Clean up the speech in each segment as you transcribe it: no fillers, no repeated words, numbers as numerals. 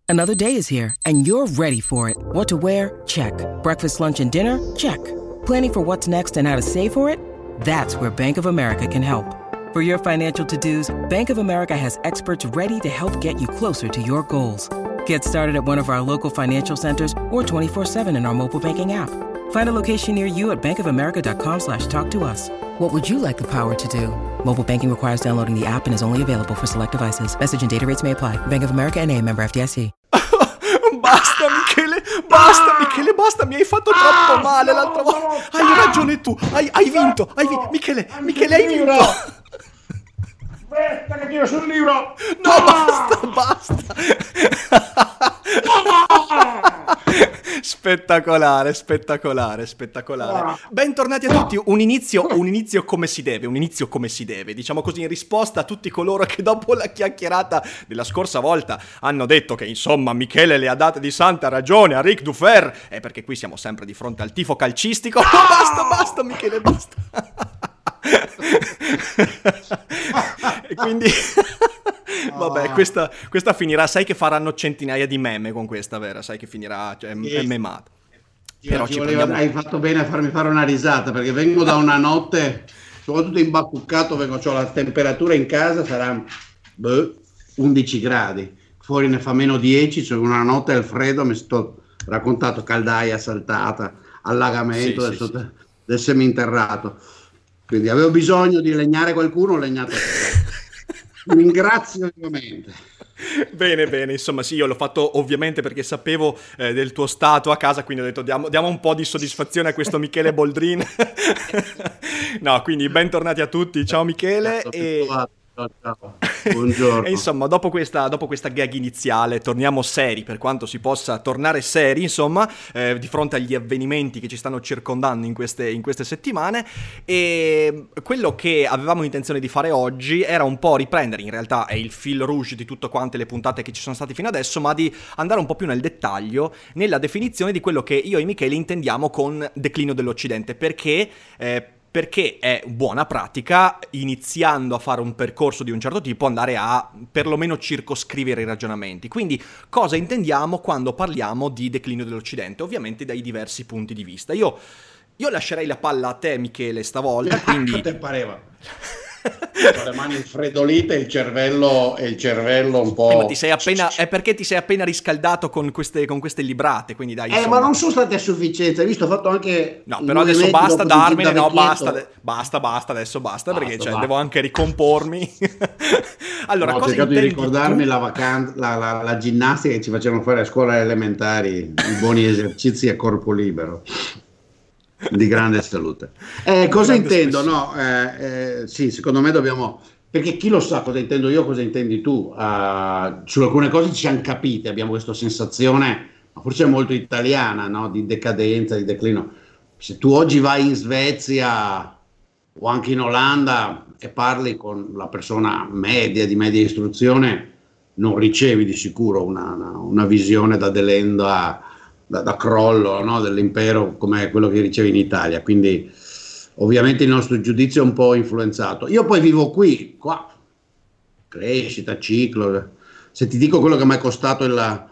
Another day is here, and you're ready for it. What to wear? Check. Breakfast, lunch, and dinner? Check. Planning for what's next and how to save for it? That's where Bank of America can help. For your financial to-dos, Bank of America has experts ready to help get you closer to your goals. Get started at one of our local financial centers or 24/7 in our mobile banking app. Find a location near you at bankofamerica.com/talktous. What would you like the power to do? Mobile banking requires downloading the app and is only available for select devices. Message and data rates may apply. Bank of America N.A., member FDIC. Basta Michele, mi hai fatto troppo male l'altra volta. Hai ragione tu, hai vinto. Michele, hai vinto. Aspetta che tiro sul libro. No, basta. Spettacolare. Bentornati a tutti. Un inizio come si deve. Diciamo così, in risposta a tutti coloro che dopo la chiacchierata della scorsa volta hanno detto che insomma Michele le ha date di santa ragione a Ric Dufer, perché qui siamo sempre di fronte al tifo calcistico. Basta Michele, basta. E quindi vabbè, questa finirà, sai che faranno centinaia di meme con questa, vera? Sai che finirà, cioè, è memata. Però hai fatto bene a farmi fare una risata, perché vengo da una notte soprattutto imbacuccato, c'ho la temperatura in casa sarà 11 gradi, fuori ne fa meno 10, c'è una notte al freddo, mi sto raccontato caldaia saltata, allagamento del seminterrato. Quindi avevo bisogno di legnare qualcuno, ho legnato. Ringrazio ovviamente. Bene, insomma sì, io l'ho fatto ovviamente perché sapevo del tuo stato a casa, quindi ho detto diamo un po' di soddisfazione a questo Michele Boldrin. No, quindi bentornati a tutti, ciao Michele. Ciao. Buongiorno. E insomma, dopo questa gag iniziale torniamo seri, per quanto si possa tornare seri, insomma, di fronte agli avvenimenti che ci stanno circondando in queste settimane. E quello che avevamo intenzione di fare oggi era un po' riprendere, in realtà è il fil rouge di tutte quante le puntate che ci sono state fino adesso, ma di andare un po' più nel dettaglio nella definizione di quello che io e Michele intendiamo con declino dell'Occidente, perché è buona pratica, iniziando a fare un percorso di un certo tipo, andare a perlomeno circoscrivere i ragionamenti. Quindi cosa intendiamo quando parliamo di declino dell'Occidente? Ovviamente dai diversi punti di vista. Io lascerei la palla a te, Michele, stavolta. Quindi te pareva? Con le mani infreddolite e il cervello un po'. Ma è perché ti sei appena riscaldato con queste librate, quindi dai. Ma non sono state a sufficienza, hai visto, ho fatto anche. No, però adesso basta darmene, no, basta, adesso basta, perché devo anche ricompormi. Allora, ho cercato di ricordarmi la ginnastica che ci facevano fare a scuola elementari, i buoni esercizi a corpo libero. Di grande salute. Cosa intendo? No, sì, secondo me dobbiamo, perché chi lo sa cosa intendo io, cosa intendi tu? Su alcune cose ci siamo capite, abbiamo questa sensazione, ma forse è molto italiana, no? Di decadenza, di declino. Se tu oggi vai in Svezia o anche in Olanda e parli con la persona media, di media istruzione, non ricevi di sicuro una visione da delenda, da crollo, no, dell'impero come quello che ricevi in Italia, quindi ovviamente il nostro giudizio è un po' influenzato. Io poi vivo qua, crescita, ciclo. Se ti dico quello che mi è costato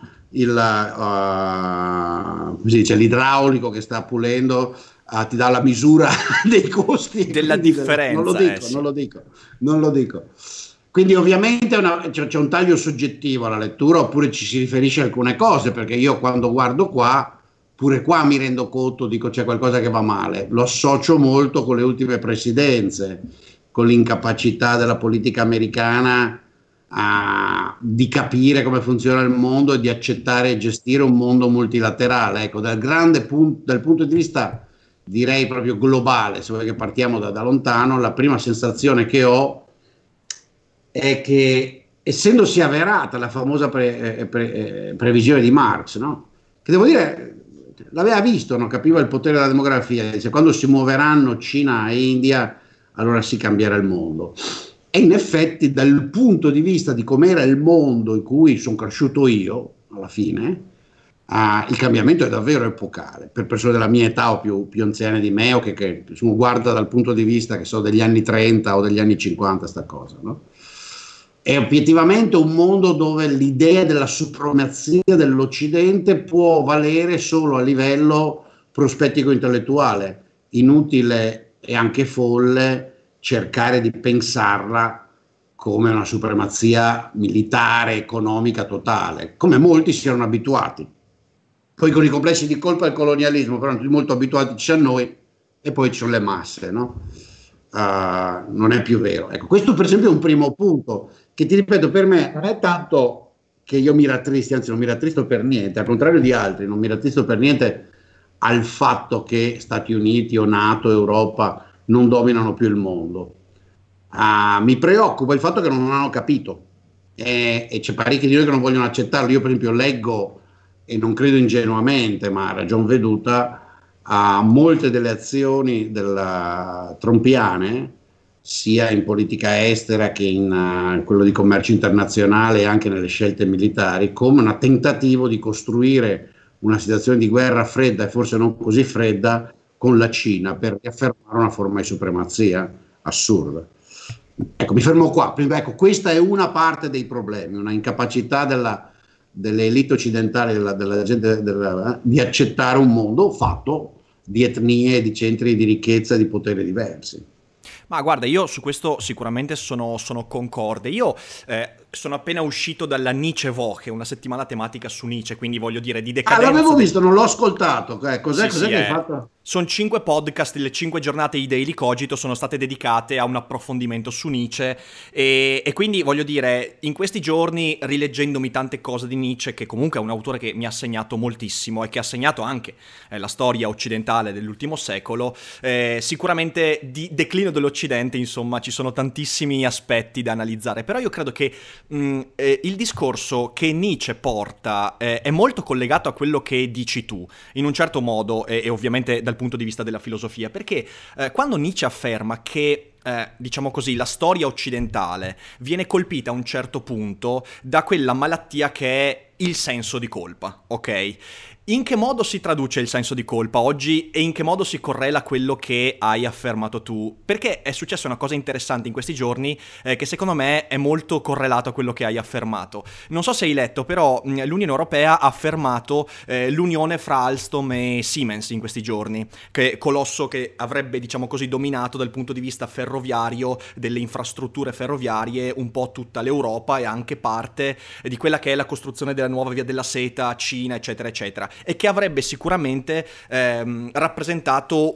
l'idraulico che sta pulendo, ti dà la misura dei costi della differenza. Non lo dico. Quindi ovviamente c'è un taglio soggettivo alla lettura, oppure ci si riferisce a alcune cose, perché io quando guardo pure qua mi rendo conto, dico c'è qualcosa che va male, lo associo molto con le ultime presidenze, con l'incapacità della politica americana di capire come funziona il mondo e di accettare e gestire un mondo multilaterale. Ecco, dal punto di vista, direi proprio globale, se vuoi che partiamo da lontano, la prima sensazione che ho è che, essendosi avverata la famosa previsione di Marx, no? Che devo dire, l'aveva visto, non capiva il potere della demografia, dice quando si muoveranno Cina e India allora si cambierà il mondo. E in effetti dal punto di vista di com'era il mondo in cui sono cresciuto io, alla fine, il cambiamento è davvero epocale, per persone della mia età o più anziane di me, o che guarda dal punto di vista, che so, degli anni 30 o degli anni 50 sta cosa, no? è obiettivamente un mondo dove l'idea della supremazia dell'Occidente può valere solo a livello prospettico intellettuale. Inutile e anche folle cercare di pensarla come una supremazia militare, economica totale, come molti si erano abituati. Poi con i complessi di colpa del colonialismo, però molto abituati a noi, e poi ci sono le masse, no? Non è più vero. Ecco, questo per esempio è un primo punto che, ti ripeto, per me non è tanto che io mi rattristi, anzi non mi rattristo per niente, al contrario di altri, non mi rattristo per niente al fatto che Stati Uniti o NATO, Europa non dominano più il mondo. Mi preoccupa il fatto che non hanno capito, e c'è parecchi di noi che non vogliono accettarlo. Io per esempio leggo, e non credo ingenuamente, ma a ragion veduta, a molte delle azioni trumpiane, sia in politica estera che in quello di commercio internazionale e anche nelle scelte militari, come un tentativo di costruire una situazione di guerra fredda e forse non così fredda con la Cina per riaffermare una forma di supremazia assurda. Ecco, mi fermo qua. Ecco, questa è una parte dei problemi, una incapacità delle elite occidentali, della gente, di accettare un mondo fatto di etnie, di centri di ricchezza e di potere diversi. Ma guarda, io su questo sicuramente sono concorde. Io sono appena uscito dalla Nietzsche Woche, una settimana tematica su Nietzsche, quindi voglio dire di decadenza. L'avevo visto, non l'ho ascoltato. Cos'è che hai fatto? Sono 5 podcast, le 5 giornate di Daily Cogito sono state dedicate a un approfondimento su Nietzsche e quindi voglio dire, in questi giorni rileggendomi tante cose di Nietzsche, che comunque è un autore che mi ha segnato moltissimo e che ha segnato anche la storia occidentale dell'ultimo secolo, sicuramente di declino dell'Occidente, insomma, ci sono tantissimi aspetti da analizzare, però io credo che il discorso che Nietzsche porta è molto collegato a quello che dici tu, in un certo modo, e ovviamente dal punto di vista della filosofia, perché quando Nietzsche afferma che diciamo così, la storia occidentale viene colpita a un certo punto da quella malattia che è il senso di colpa, ok? In che modo si traduce il senso di colpa oggi e in che modo si correla quello che hai affermato tu? Perché è successa una cosa interessante in questi giorni che secondo me è molto correlato a quello che hai affermato. Non so se hai letto, però l'Unione Europea ha affermato l'unione fra Alstom e Siemens in questi giorni, che colosso che avrebbe, diciamo così, dominato dal punto di vista ferroviario, delle infrastrutture ferroviarie, un po' tutta l'Europa e anche parte di quella che è la costruzione della nuova via della seta, Cina, eccetera, eccetera. E che avrebbe sicuramente rappresentato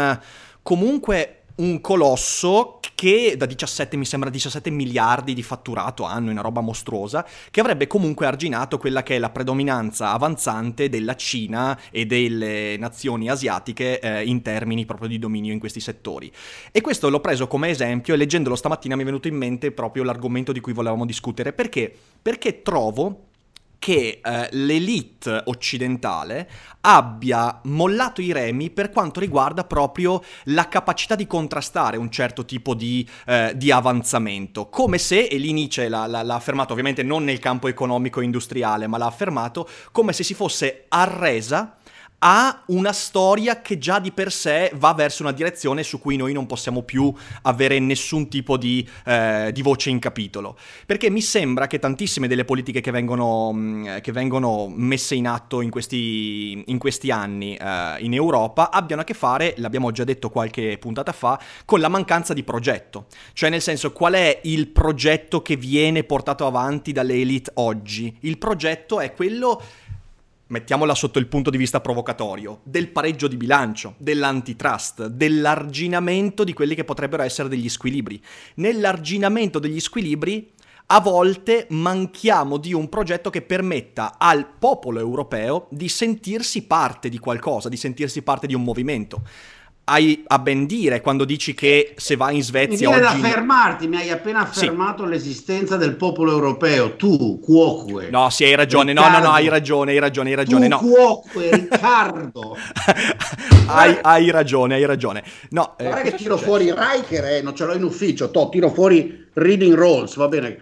comunque un colosso che da 17 miliardi di fatturato anno, una roba mostruosa, che avrebbe comunque arginato quella che è la predominanza avanzante della Cina e delle nazioni asiatiche in termini proprio di dominio in questi settori. E questo l'ho preso come esempio e leggendolo stamattina mi è venuto in mente proprio l'argomento di cui volevamo discutere. Perché trovo che l'elite occidentale abbia mollato i remi per quanto riguarda proprio la capacità di contrastare un certo tipo di avanzamento, come se, e lì Nietzsche l'ha affermato, ovviamente non nel campo economico e industriale, ma l'ha affermato come se si fosse arresa ha una storia che già di per sé va verso una direzione su cui noi non possiamo più avere nessun tipo di voce in capitolo. Perché mi sembra che tantissime delle politiche che vengono messe in atto in questi anni in Europa abbiano a che fare, l'abbiamo già detto qualche puntata fa, con la mancanza di progetto. Cioè nel senso, qual è il progetto che viene portato avanti dalle elite oggi? Il progetto è quello, mettiamola sotto il punto di vista provocatorio, del pareggio di bilancio, dell'antitrust, dell'arginamento di quelli che potrebbero essere degli squilibri. Nell'arginamento degli squilibri a volte manchiamo di un progetto che permetta al popolo europeo di sentirsi parte di qualcosa, di sentirsi parte di un movimento. Hai a ben dire quando dici che se vai in Svezia mi viene oggi... da fermarti, mi hai appena affermato l'esistenza del popolo europeo, tu, cuoque. No, sì, hai ragione, Riccardo. No, hai ragione, tu, no. cuoque, Riccardo. hai ragione. No, guarda che tiro fuori Riker, non ce l'ho in ufficio, tiro fuori Reading Rolls, va bene.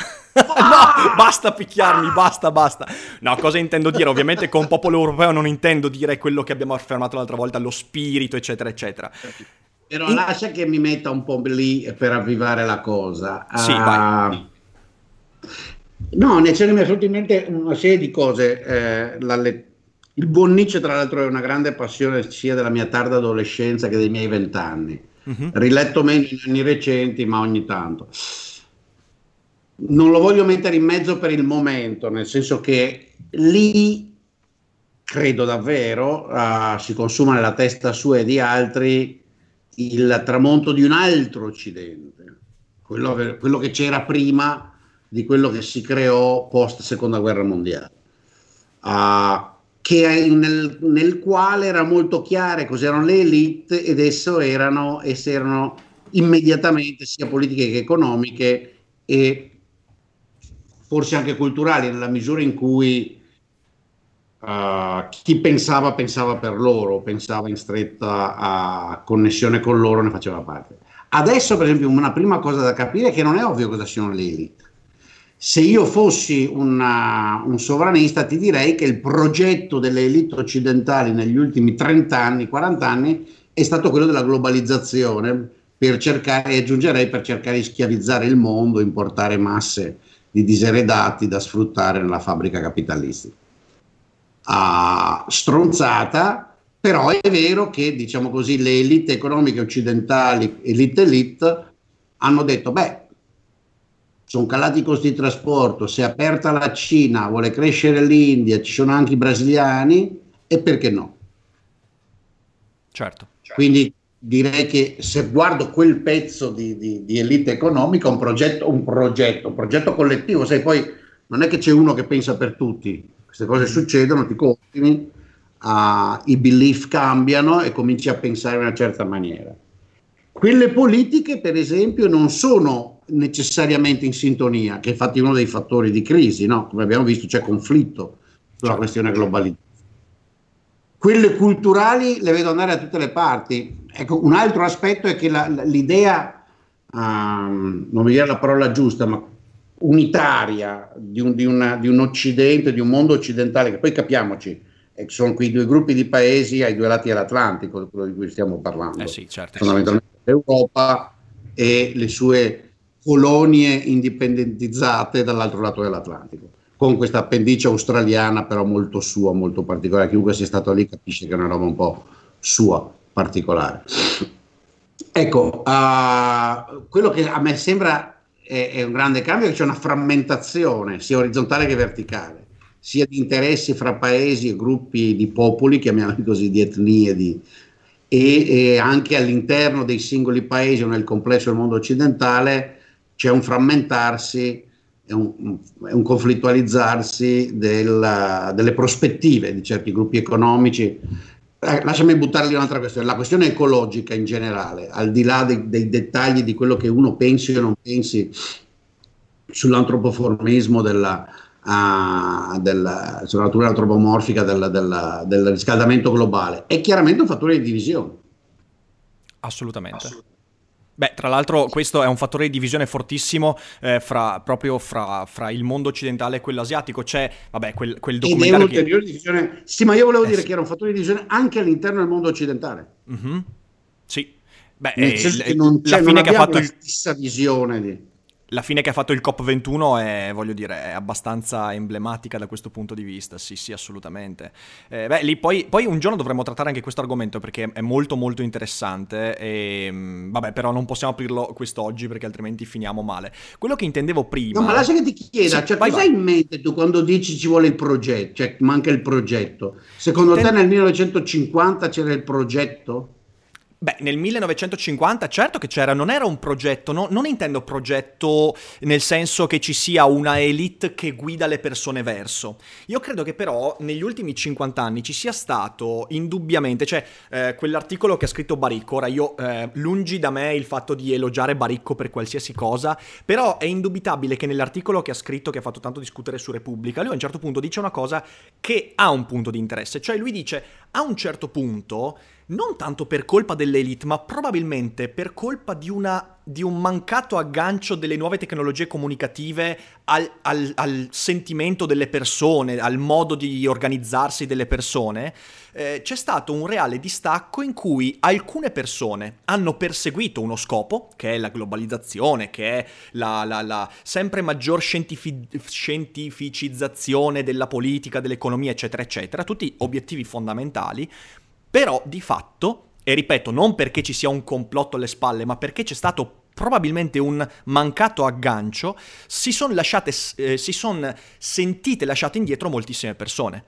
No, basta picchiarmi, basta. No, cosa intendo dire? Ovviamente con popolo europeo non intendo dire quello che abbiamo affermato l'altra volta, lo spirito, eccetera, eccetera. Però lascia che mi metta un po' lì per avvivare la cosa. Sì, vai. No, ne c'è venuto in mente una serie di cose. Il buon Nietzsche, tra l'altro, è una grande passione sia della mia tarda adolescenza che dei miei 20 anni. Riletto meno in anni recenti, ma ogni tanto. Non lo voglio mettere in mezzo per il momento, nel senso che lì credo davvero si consuma nella testa sua e di altri il tramonto di un altro Occidente, quello che c'era prima di quello che si creò post seconda guerra mondiale, nel quale era molto chiaro cos'erano le elite ed esse erano immediatamente sia politiche che economiche e forse anche culturali, nella misura in cui chi pensava per loro, pensava in stretta connessione con loro, ne faceva parte. Adesso, per esempio, una prima cosa da capire è che non è ovvio cosa siano le elite. Se io fossi un sovranista, ti direi che il progetto delle elite occidentali negli ultimi 30 anni, 40 anni, è stato quello della globalizzazione, per cercare, e aggiungerei, per cercare di schiavizzare il mondo, importare masse di diseredati da sfruttare nella fabbrica capitalistica. Stronzata, però è vero che, diciamo così, le elite economiche occidentali, elite, hanno detto, beh, sono calati i costi di trasporto, si è aperta la Cina, vuole crescere l'India, ci sono anche i brasiliani, e perché no? Certo. Quindi direi che se guardo quel pezzo di elite economica, un progetto collettivo, sai, poi non è che c'è uno che pensa per tutti, queste cose succedono, ti continui, i belief cambiano e cominci a pensare in una certa maniera. Quelle politiche, per esempio, non sono necessariamente in sintonia, che è infatti uno dei fattori di crisi, no? Come abbiamo visto c'è conflitto sulla questione globalizzazione. Quelle culturali le vedo andare da tutte le parti. Ecco, un altro aspetto è che l'idea, non mi viene la parola giusta, ma unitaria di un Occidente, di un mondo occidentale, che poi capiamoci, sono quei due gruppi di paesi ai due lati dell'Atlantico, quello di cui stiamo parlando. Sì, certo. Fondamentalmente l'Europa e le sue colonie indipendentizzate dall'altro lato dell'Atlantico, con questa appendice australiana però molto sua, molto particolare. Chiunque sia stato lì capisce che è una roba un po' sua, particolare. Ecco, quello che a me sembra è un grande cambio, è che c'è una frammentazione sia orizzontale che verticale, sia di interessi fra paesi e gruppi di popoli, chiamiamoli così, di etnie, e anche all'interno dei singoli paesi o nel complesso del mondo occidentale c'è un frammentarsi, è un conflittualizzarsi delle prospettive di certi gruppi economici. Lasciami buttare lì un'altra questione, la questione ecologica in generale, al di là dei dettagli di quello che uno pensi o non pensi sull'antropoformismo sulla natura antropomorfica del riscaldamento globale, è chiaramente un fattore di divisione. Assolutamente. Beh, tra l'altro questo è un fattore di divisione fortissimo fra il mondo occidentale e quello asiatico. C'è, vabbè, quel documentario che... divisione. Sì, ma io volevo dire che era un fattore di divisione anche all'interno del mondo occidentale. Mm-hmm. Sì. Beh, che non abbiamo la stessa visione di... La fine che ha fatto il COP21 è abbastanza emblematica da questo punto di vista, sì, assolutamente. Lì poi un giorno dovremmo trattare anche questo argomento perché è molto molto interessante vabbè, però non possiamo aprirlo quest'oggi perché altrimenti finiamo male. Quello che intendevo prima... No, ma lascia che ti chieda, sì, cosa hai in mente tu quando dici ci vuole il progetto, cioè manca il progetto? Secondo te nel 1950 c'era il progetto? Beh, nel 1950 certo che c'era, non era un progetto, non intendo progetto nel senso che ci sia una elite che guida le persone verso. Io credo che però negli ultimi 50 anni ci sia stato indubbiamente, cioè quell'articolo che ha scritto Baricco, ora io lungi da me il fatto di elogiare Baricco per qualsiasi cosa, però è indubitabile che nell'articolo che ha scritto, che ha fatto tanto discutere su Repubblica, lui a un certo punto dice una cosa che ha un punto di interesse, cioè lui dice a un certo punto... non tanto per colpa dell'elite, ma probabilmente per colpa di una di un mancato aggancio delle nuove tecnologie comunicative al sentimento delle persone, al modo di organizzarsi delle persone, c'è stato un reale distacco in cui alcune persone hanno perseguito uno scopo, che è la globalizzazione, che è la sempre maggior scientificizzazione della politica, dell'economia, eccetera, eccetera, tutti obiettivi fondamentali, però di fatto, e ripeto, non perché ci sia un complotto alle spalle, ma perché c'è stato probabilmente un mancato aggancio, si sono sentite lasciate indietro moltissime persone.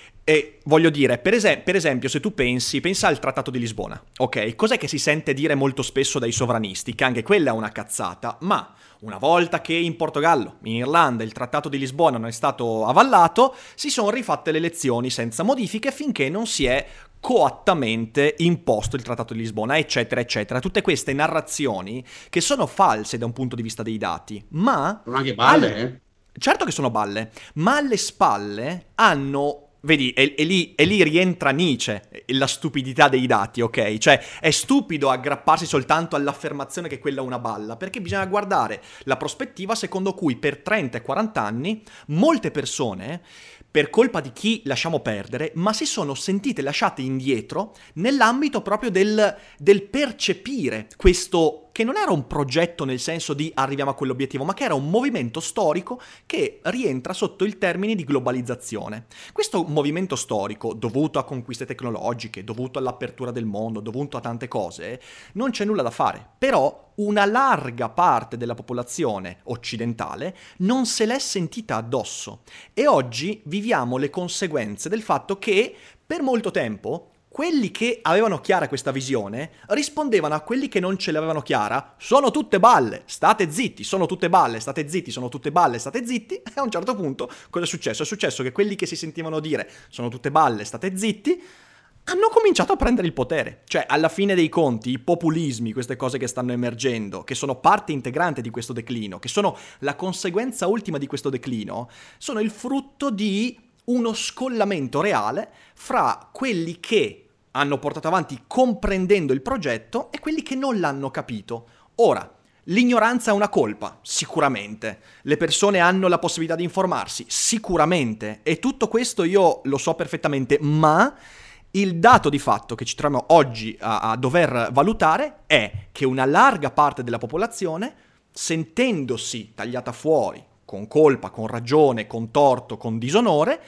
E voglio dire, per esempio, se tu pensa al Trattato di Lisbona, ok? Cos'è che si sente dire molto spesso dai sovranisti? Che anche quella è una cazzata, ma una volta che in Portogallo, in Irlanda, il Trattato di Lisbona non è stato avallato, si sono rifatte le elezioni senza modifiche finché non si è coattamente imposto il Trattato di Lisbona, eccetera, eccetera. Tutte queste narrazioni che sono false da un punto di vista dei dati, ma... Sono anche balle, Certo che sono balle, ma alle spalle hanno... Vedi, e lì rientra Nietzsche, la stupidità dei dati, ok? Cioè, è stupido aggrapparsi soltanto all'affermazione che quella è una balla, perché bisogna guardare la prospettiva secondo cui per 30 e 40 anni molte persone, per colpa di chi lasciamo perdere, ma si sono sentite lasciate indietro nell'ambito proprio del percepire questo, che non era un progetto nel senso di arriviamo a quell'obiettivo, ma che era un movimento storico che rientra sotto il termine di globalizzazione. Questo movimento storico, dovuto a conquiste tecnologiche, dovuto all'apertura del mondo, dovuto a tante cose, non c'è nulla da fare. Però una larga parte della popolazione occidentale non se l'è sentita addosso. E oggi viviamo le conseguenze del fatto che per molto tempo quelli che avevano chiara questa visione rispondevano a quelli che non ce l'avevano chiara: sono tutte balle, state zitti, sono tutte balle, state zitti, sono tutte balle, state zitti. E a un certo punto cosa è successo? È successo che quelli che si sentivano dire sono tutte balle, state zitti, hanno cominciato a prendere il potere. Cioè, alla fine dei conti, i populismi, queste cose che stanno emergendo, che sono parte integrante di questo declino, che sono la conseguenza ultima di questo declino, sono il frutto di uno scollamento reale fra quelli che hanno portato avanti comprendendo il progetto e quelli che non l'hanno capito. Ora, l'ignoranza è una colpa? Sicuramente. Le persone hanno la possibilità di informarsi? Sicuramente. E tutto questo io lo so perfettamente, ma il dato di fatto che ci troviamo oggi a dover valutare è che una larga parte della popolazione, sentendosi tagliata fuori, con colpa, con ragione, con torto, con disonore,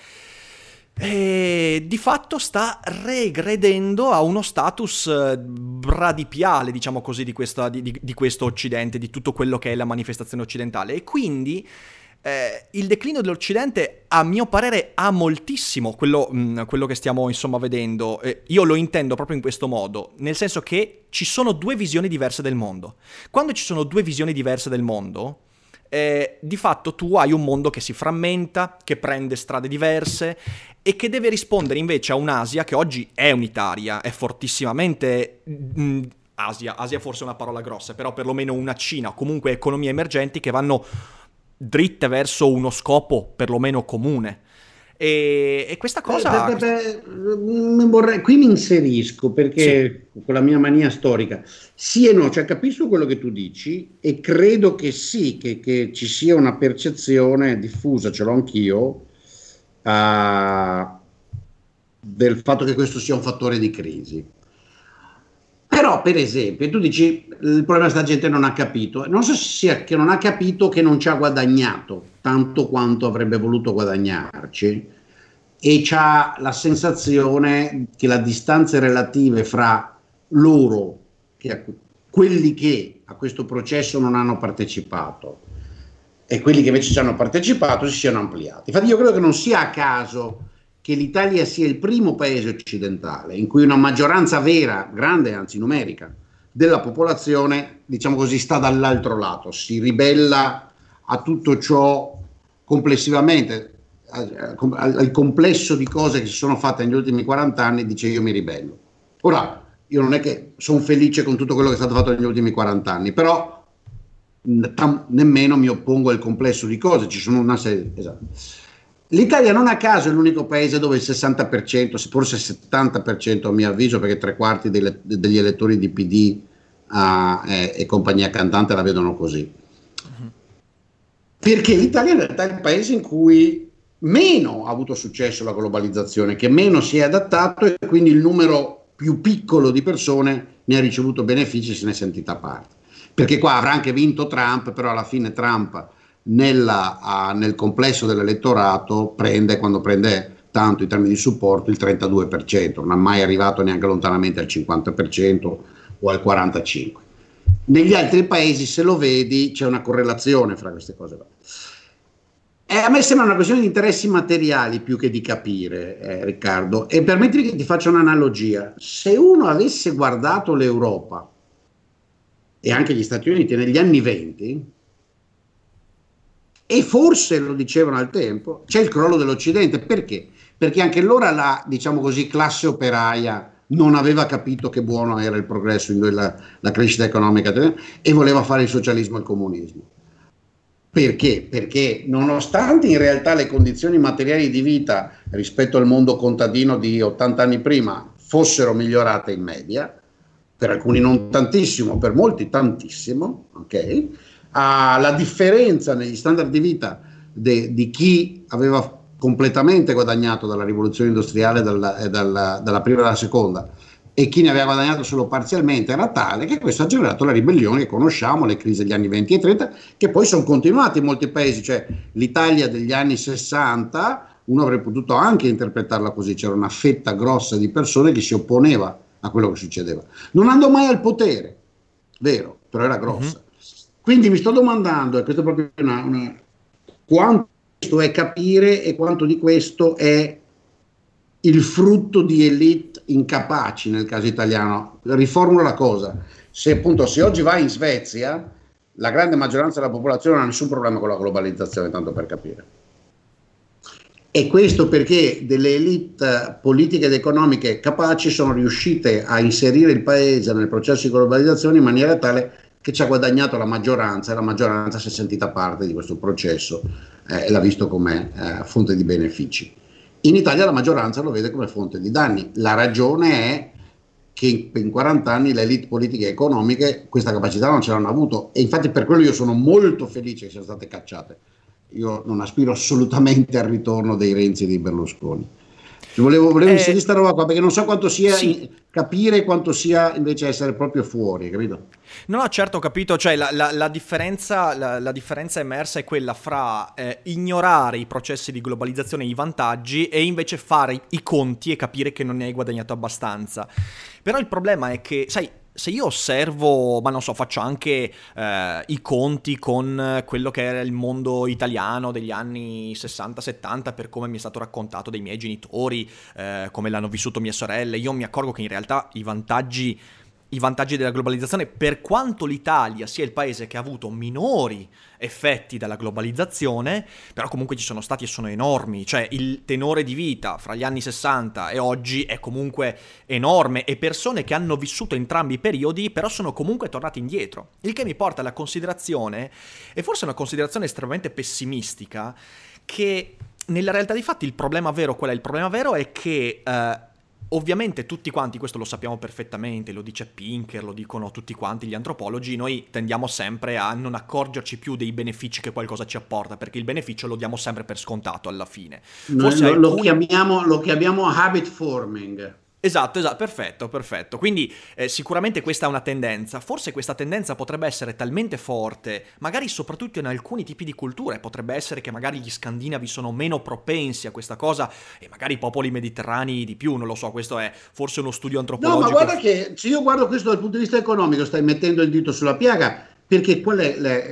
di fatto sta regredendo a uno status bradipiale, diciamo così, di questo Occidente, di tutto quello che è la manifestazione occidentale. E quindi il declino dell'Occidente, a mio parere, ha moltissimo quello che stiamo insomma vedendo. Io lo intendo proprio in questo modo, nel senso che ci sono due visioni diverse del mondo. Quando ci sono due visioni diverse del mondo, di fatto tu hai un mondo che si frammenta, che prende strade diverse e che deve rispondere invece a un'Asia che oggi è unitaria, è fortissimamente... Asia forse è una parola grossa, però perlomeno una Cina, comunque economie emergenti che vanno dritte verso uno scopo perlomeno comune. E questa cosa... Qui mi inserisco perché sì, con la mia mania storica, sì e no, cioè capisco quello che tu dici e credo che sì, che ci sia una percezione diffusa, ce l'ho anch'io, del fatto che questo sia un fattore di crisi. Però, per esempio, tu dici il problema è che la gente non ha capito. Non so se sia che non ha capito, che non ci ha guadagnato tanto quanto avrebbe voluto guadagnarci, e c'ha la sensazione che le distanze relative fra loro, quelli che a questo processo non hanno partecipato, e quelli che invece ci hanno partecipato, si siano ampliati. Infatti io credo che non sia a caso che l'Italia sia il primo paese occidentale in cui una maggioranza vera, grande anzi numerica, della popolazione, diciamo così, sta dall'altro lato, si ribella a tutto ciò complessivamente, al complesso di cose che si sono fatte negli ultimi 40 anni, dice io mi ribello. Ora, io non è che sono felice con tutto quello che è stato fatto negli ultimi 40 anni, però nemmeno mi oppongo al complesso di cose, ci sono una serie... Esatto. L'Italia non a caso è l'unico paese dove il 60%, forse il 70% a mio avviso, perché 3/4 degli elettori di PD e compagnia cantante la vedono così. Perché l'Italia in realtà è il paese in cui meno ha avuto successo la globalizzazione, che meno si è adattato e quindi il numero più piccolo di persone ne ha ricevuto benefici e se ne è sentita parte. Perché qua avrà anche vinto Trump, però alla fine Trump nel complesso dell'elettorato quando prende tanto in termini di supporto, il 32%, non è mai arrivato neanche lontanamente al 50% o al 45%. Negli altri paesi, se lo vedi, c'è una correlazione fra queste cose. E a me sembra una questione di interessi materiali più che di capire, Riccardo. E permettimi che ti faccia un'analogia. Se uno avesse guardato l'Europa e anche gli Stati Uniti negli anni 20, e forse lo dicevano al tempo, c'è il crollo dell'Occidente. Perché? Perché anche allora la, diciamo così, classe operaia non aveva capito che buono era il progresso, la crescita economica e voleva fare il socialismo e il comunismo. Perché? Perché nonostante in realtà le condizioni materiali di vita rispetto al mondo contadino di 80 anni prima fossero migliorate in media, per alcuni non tantissimo, per molti tantissimo, ok? La differenza negli standard di vita di chi aveva completamente guadagnato dalla rivoluzione industriale dalla prima e dalla seconda e chi ne aveva guadagnato solo parzialmente era tale che questo ha generato la ribellione che conosciamo, le crisi degli anni 20 e 30 che poi sono continuate in molti paesi, cioè l'Italia degli anni 60 uno avrebbe potuto anche interpretarla così, c'era una fetta grossa di persone che si opponeva a quello che succedeva, non andò mai al potere, vero, però era grossa. Quindi mi sto domandando, e questo è proprio quanto questo è capire e quanto di questo è il frutto di elite incapaci nel caso italiano. Riformulo la cosa, se oggi vai in Svezia la grande maggioranza della popolazione non ha nessun problema con la globalizzazione, tanto per capire. E questo perché delle elite politiche ed economiche capaci sono riuscite a inserire il paese nel processo di globalizzazione in maniera tale che ci ha guadagnato la maggioranza e la maggioranza si è sentita parte di questo processo e l'ha visto come fonte di benefici. In Italia la maggioranza lo vede come fonte di danni. La ragione è che in 40 anni le elite politiche e economiche questa capacità non ce l'hanno avuto e infatti per quello io sono molto felice che siano state cacciate. Io non aspiro assolutamente al ritorno dei Renzi e dei Berlusconi. Volevo inserire questa roba qua perché non so quanto sia capire quanto sia invece essere proprio fuori, capito? No, certo, ho capito, cioè la differenza emersa è quella fra ignorare i processi di globalizzazione e i vantaggi e invece fare i conti e capire che non ne hai guadagnato abbastanza. Però il problema è che, sai, se io osservo, ma non so, faccio anche i conti con quello che era il mondo italiano degli anni 60-70 per come mi è stato raccontato dai miei genitori, come l'hanno vissuto mie sorelle, io mi accorgo che in realtà i vantaggi della globalizzazione, per quanto l'Italia sia il paese che ha avuto minori effetti dalla globalizzazione, però comunque ci sono stati e sono enormi, cioè il tenore di vita fra gli anni 60 e oggi è comunque enorme e persone che hanno vissuto entrambi i periodi però sono comunque tornati indietro, il che mi porta alla considerazione, e forse una considerazione estremamente pessimistica, che nella realtà dei fatti il problema vero è che ovviamente tutti quanti, questo lo sappiamo perfettamente, lo dice Pinker, lo dicono tutti quanti gli antropologi, noi tendiamo sempre a non accorgerci più dei benefici che qualcosa ci apporta, perché il beneficio lo diamo sempre per scontato alla fine. Forse lo chiamiamo habit forming. Esatto, perfetto. Quindi sicuramente questa è una tendenza. Forse questa tendenza potrebbe essere talmente forte, magari soprattutto in alcuni tipi di culture. Potrebbe essere che magari gli scandinavi sono meno propensi a questa cosa e magari i popoli mediterranei di più, non lo so, questo è forse uno studio antropologico. No, ma guarda che se io guardo questo dal punto di vista economico stai mettendo il dito sulla piaga, perché qual è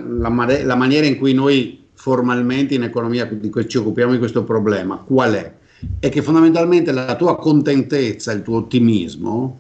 la maniera in cui noi formalmente in economia ci occupiamo di questo problema? Qual è? È che fondamentalmente la tua contentezza, il tuo ottimismo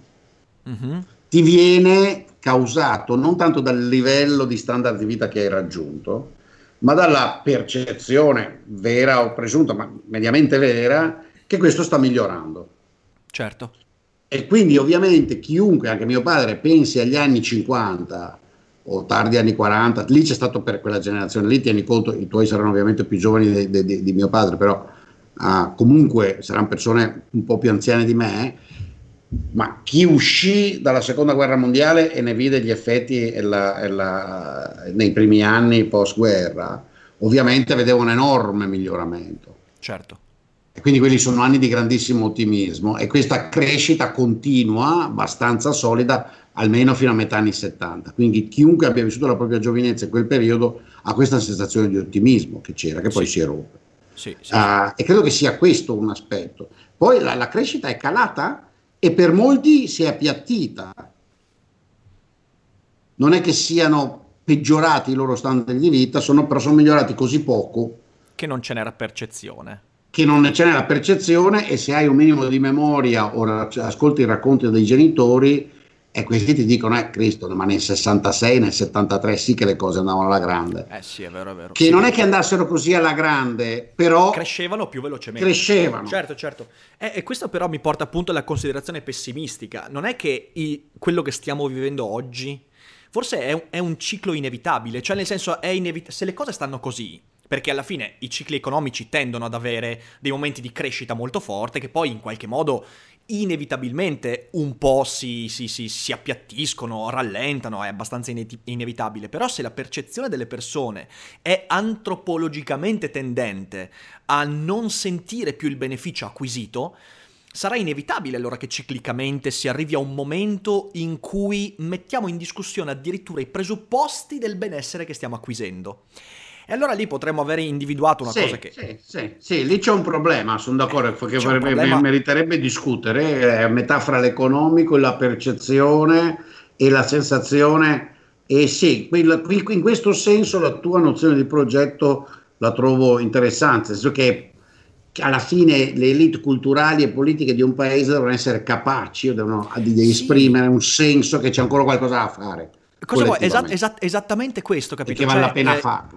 ti viene causato non tanto dal livello di standard di vita che hai raggiunto, ma dalla percezione vera o presunta, ma mediamente vera, che questo sta migliorando. Certo. E quindi ovviamente chiunque, anche mio padre, pensi agli anni 50 o tardi anni 40, lì c'è stato per quella generazione, lì tieni conto, i tuoi saranno ovviamente più giovani di mio padre, però comunque saranno persone un po' più anziane di me, ma chi uscì dalla seconda guerra mondiale e ne vide gli effetti nei primi anni post-guerra, ovviamente vedeva un enorme miglioramento. Certo. E quindi quelli sono anni di grandissimo ottimismo e questa crescita continua, abbastanza solida, almeno fino a metà anni 70. Quindi chiunque abbia vissuto la propria giovinezza in quel periodo ha questa sensazione di ottimismo che c'era, che poi si erope. Sì. E credo che sia questo un aspetto. Poi la crescita è calata e per molti si è appiattita. Non è che siano peggiorati i loro standard di vita, però sono migliorati così poco che non ce n'era percezione. Che non ce n'è la percezione, e se hai un minimo di memoria o ascolti i racconti dei genitori, e questi ti dicono, Cristo, ma nel 66, nel 73 sì che le cose andavano alla grande. Sì, è vero, è vero. Che sì, non è che andassero così alla grande, però crescevano più velocemente. Crescevano. Certo. E questo però mi porta appunto alla considerazione pessimistica. Non è che quello che stiamo vivendo oggi, forse è un ciclo inevitabile, cioè nel senso se le cose stanno così, perché alla fine i cicli economici tendono ad avere dei momenti di crescita molto forte che poi in qualche modo inevitabilmente un po' si appiattiscono, rallentano, è abbastanza inevitabile. Però se la percezione delle persone è antropologicamente tendente a non sentire più il beneficio acquisito, sarà inevitabile allora che ciclicamente si arrivi a un momento in cui mettiamo in discussione addirittura i presupposti del benessere che stiamo acquisendo. E allora lì potremmo aver individuato una cosa che... Sì, lì c'è un problema, sono d'accordo, che meriterebbe discutere, è a metà fra l'economico e la percezione e la sensazione, e sì, in questo senso la tua nozione di progetto la trovo interessante, nel senso che alla fine le elite culturali e politiche di un paese devono essere capaci, di esprimere un senso che c'è ancora qualcosa da fare. Cosa vuoi? Esattamente questo, capito? Che vale la pena farlo.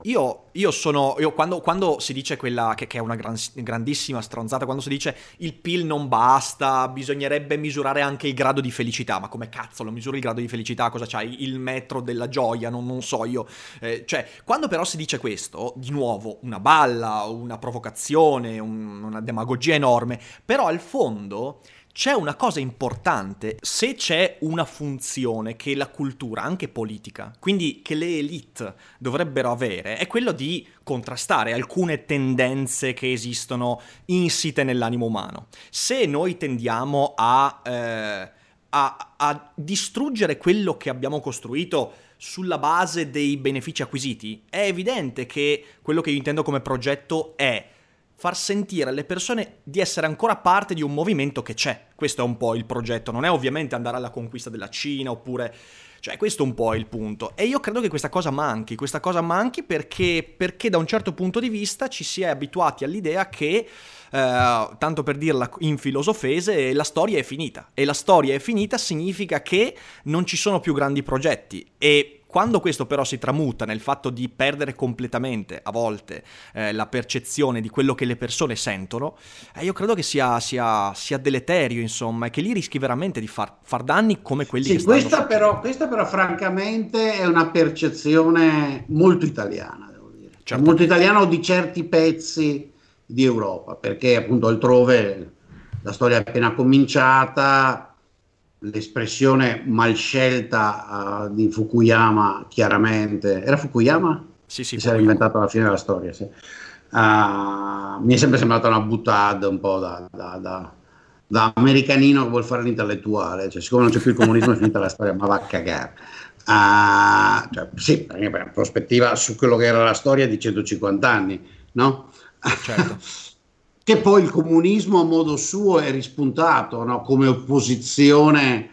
Io quando si dice quella che è una grandissima stronzata, quando si dice il PIL non basta, bisognerebbe misurare anche il grado di felicità, ma come cazzo lo misuri il grado di felicità? Cosa c'hai? Il metro della gioia? Non so io. Cioè, quando però si dice questo, di nuovo, una balla, una provocazione, una demagogia enorme, però al fondo... c'è una cosa importante, se c'è una funzione che la cultura, anche politica, quindi che le elite dovrebbero avere, è quello di contrastare alcune tendenze che esistono insite nell'animo umano. Se noi tendiamo a distruggere quello che abbiamo costruito sulla base dei benefici acquisiti, è evidente che quello che io intendo come progetto è far sentire alle persone di essere ancora parte di un movimento che c'è. Questo è un po' il progetto, non è ovviamente andare alla conquista della Cina oppure... Cioè, questo è un po' il punto. E io credo che questa cosa manchi perché da un certo punto di vista ci si è abituati all'idea che, tanto per dirla in filosofese, la storia è finita. E la storia è finita significa che non ci sono più grandi progetti. E quando questo però si tramuta nel fatto di perdere completamente, a volte, la percezione di quello che le persone sentono, io credo che sia deleterio, insomma, e che lì rischi veramente di far danni come quelli che stanno succedendo. Questa però francamente è una percezione molto italiana, devo dire. Certo. Molto italiana di certi pezzi di Europa, perché appunto altrove la storia è appena cominciata. L'espressione mal scelta di Fukuyama, chiaramente, era Fukuyama? Sì, si era inventato alla fine della storia, sì. Mi è sempre sembrata una boutade un po' da americanino che vuol fare l'intellettuale, cioè siccome non c'è più il comunismo è finita la storia, ma va a cagare. Cioè, sì, per prospettiva su quello che era la storia di 150 anni, no? Certo. Che poi il comunismo a modo suo è rispuntato, no? Come opposizione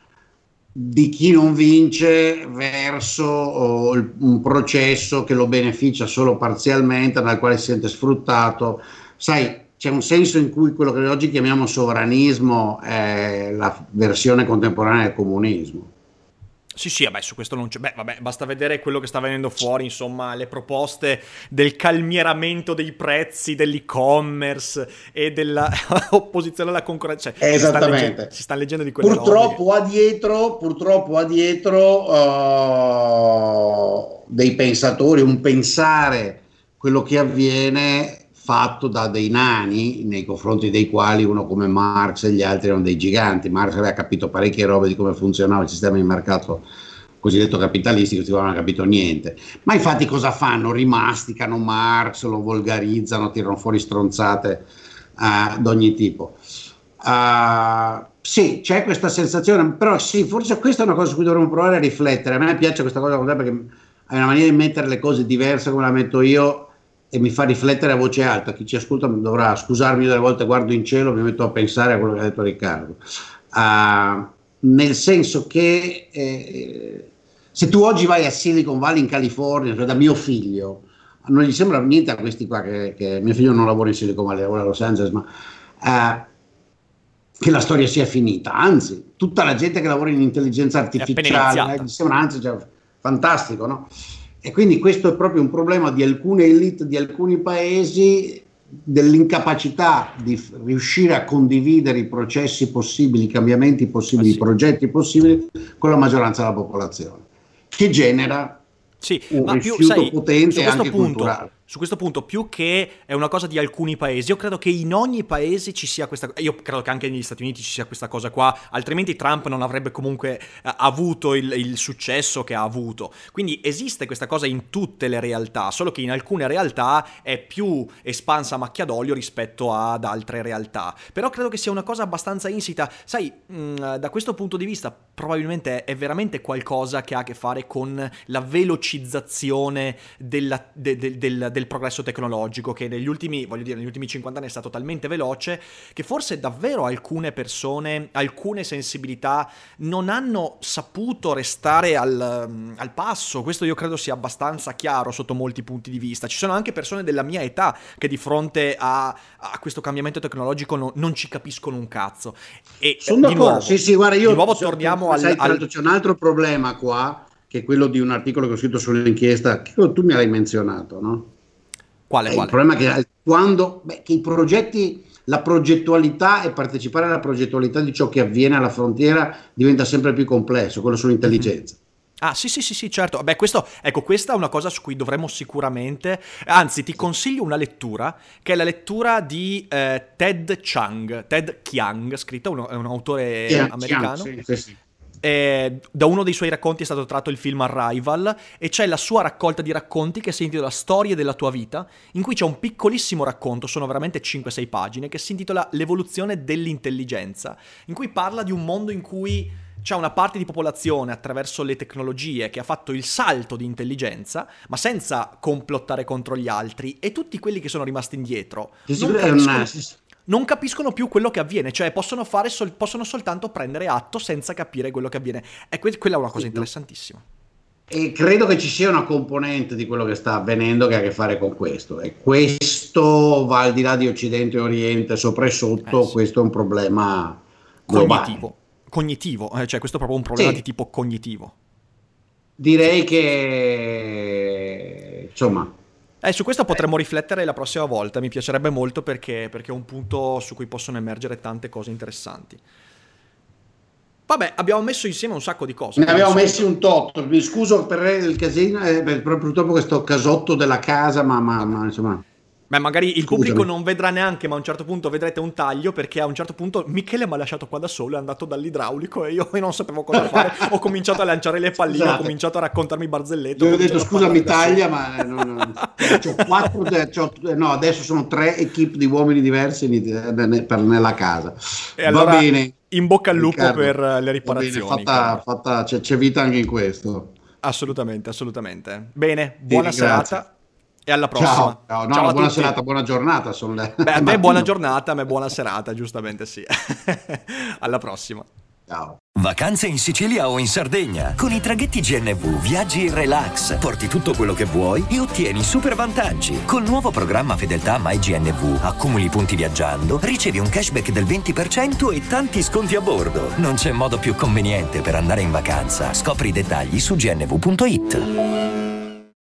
di chi non vince verso un processo che lo beneficia solo parzialmente, dal quale si sente sfruttato. Sai, c'è un senso in cui quello che oggi chiamiamo sovranismo è la versione contemporanea del comunismo. Sì, vabbè, su questo non c'è... basta vedere quello che sta venendo fuori, insomma, le proposte del calmieramento dei prezzi dell'e-commerce e della opposizione alla concorrenza. Cioè, esattamente. Si sta leggendo di quelle purtroppo ha dietro dei pensatori, un pensare quello che avviene fatto da dei nani nei confronti dei quali uno come Marx e gli altri erano dei giganti. Marx aveva capito parecchie robe di come funzionava il sistema di mercato cosiddetto capitalistico, non avevano capito niente. Ma infatti cosa fanno? Rimasticano Marx, lo volgarizzano, tirano fuori stronzate d'ogni tipo. Sì, c'è questa sensazione, però sì, forse questa è una cosa su cui dovremmo provare a riflettere. A me piace questa cosa con te perché hai una maniera di mettere le cose diverse come la metto io e mi fa riflettere a voce alta. Chi ci ascolta dovrà scusarmi, delle volte guardo in cielo, mi metto a pensare a quello che ha detto Riccardo, nel senso che se tu oggi vai a Silicon Valley in California, cioè da mio figlio, non gli sembra niente a questi qua che mio figlio non lavora in Silicon Valley, lavora a Los Angeles, ma che la storia sia finita, anzi tutta la gente che lavora in intelligenza artificiale gli sembra anzi fantastico, no? E quindi questo è proprio un problema di alcune elite di alcuni paesi, dell'incapacità di riuscire a condividere i processi possibili, i cambiamenti possibili, i progetti possibili con la maggioranza della popolazione, che genera un rifiuto potente anche culturale. Su questo punto, più che è una cosa di alcuni paesi, io credo che in ogni paese ci sia questa cosa. Io credo che anche negli Stati Uniti ci sia questa cosa qua, altrimenti Trump non avrebbe comunque avuto il successo che ha avuto. Quindi esiste questa cosa in tutte le realtà, solo che in alcune realtà è più espansa a macchia d'olio rispetto ad altre realtà. Però credo che sia una cosa abbastanza insita. Sai, da questo punto di vista probabilmente è veramente qualcosa che ha a che fare con la velocizzazione del progresso tecnologico, che negli ultimi 50 anni è stato talmente veloce che forse davvero alcune persone, alcune sensibilità non hanno saputo restare al passo. Questo io credo sia abbastanza chiaro sotto molti punti di vista. Ci sono anche persone della mia età che di fronte a questo cambiamento tecnologico non ci capiscono un cazzo. E sono d'accordo, sì, guarda, io di nuovo torniamo c'è un altro problema qua, che è quello di un articolo che ho scritto sull'inchiesta, che tu mi hai menzionato, no? Quale? Il problema è che i progetti, la progettualità e partecipare alla progettualità di ciò che avviene alla frontiera diventa sempre più complesso, quello sull'intelligenza. Ah, sì, certo. Beh, questa è una cosa su cui dovremmo sicuramente... Anzi, ti consiglio una lettura, che è la lettura di Ted Chiang, scritto, è un autore americano. Sì. Da uno dei suoi racconti è stato tratto il film Arrival, e c'è la sua raccolta di racconti che si intitola Storie della tua vita, in cui c'è un piccolissimo racconto, sono veramente 5-6 pagine, che si intitola L'evoluzione dell'intelligenza, in cui parla di un mondo in cui c'è una parte di popolazione attraverso le tecnologie che ha fatto il salto di intelligenza, ma senza complottare contro gli altri, e tutti quelli che sono rimasti indietro non capiscono più quello che avviene, cioè possono soltanto prendere atto senza capire quello che avviene. E quella è una cosa interessantissima. E credo che ci sia una componente di quello che sta avvenendo che ha a che fare con questo, e questo va al di là di Occidente e Oriente, sopra e sotto. Sì. Questo è un problema cognitivo, cioè questo è proprio un problema di tipo cognitivo. Direi che insomma su questo potremmo riflettere la prossima volta, mi piacerebbe molto, perché è un punto su cui possono emergere tante cose interessanti. Vabbè, abbiamo messo insieme un sacco di cose. Ne abbiamo messi un tot, mi scuso per il casino, purtroppo questo casotto della casa, ma insomma... Beh, magari il pubblico non vedrà neanche, ma a un certo punto vedrete un taglio, perché a un certo punto Michele mi ha lasciato qua da solo, è andato dall'idraulico e io non sapevo cosa fare. Ho cominciato a lanciare le palline, Ho cominciato a raccontarmi barzellette. Io ho detto scusa, mi taglia, ma adesso sono 3 equip di uomini diversi nella casa. E allora, va bene. In bocca al lupo, Riccardo, per le riparazioni. C'è vita anche in questo. Assolutamente. Bene, buona serata. E alla prossima. Ciao. No, buona serata, buona giornata. Beh, a me buona giornata, a me buona serata, giustamente sì. Alla prossima. Ciao. Vacanze in Sicilia o in Sardegna. Con i traghetti GNV viaggi in relax, porti tutto quello che vuoi e ottieni super vantaggi. Col nuovo programma Fedeltà MyGNV accumuli punti viaggiando, ricevi un cashback del 20% e tanti sconti a bordo. Non c'è modo più conveniente per andare in vacanza. Scopri i dettagli su gnv.it.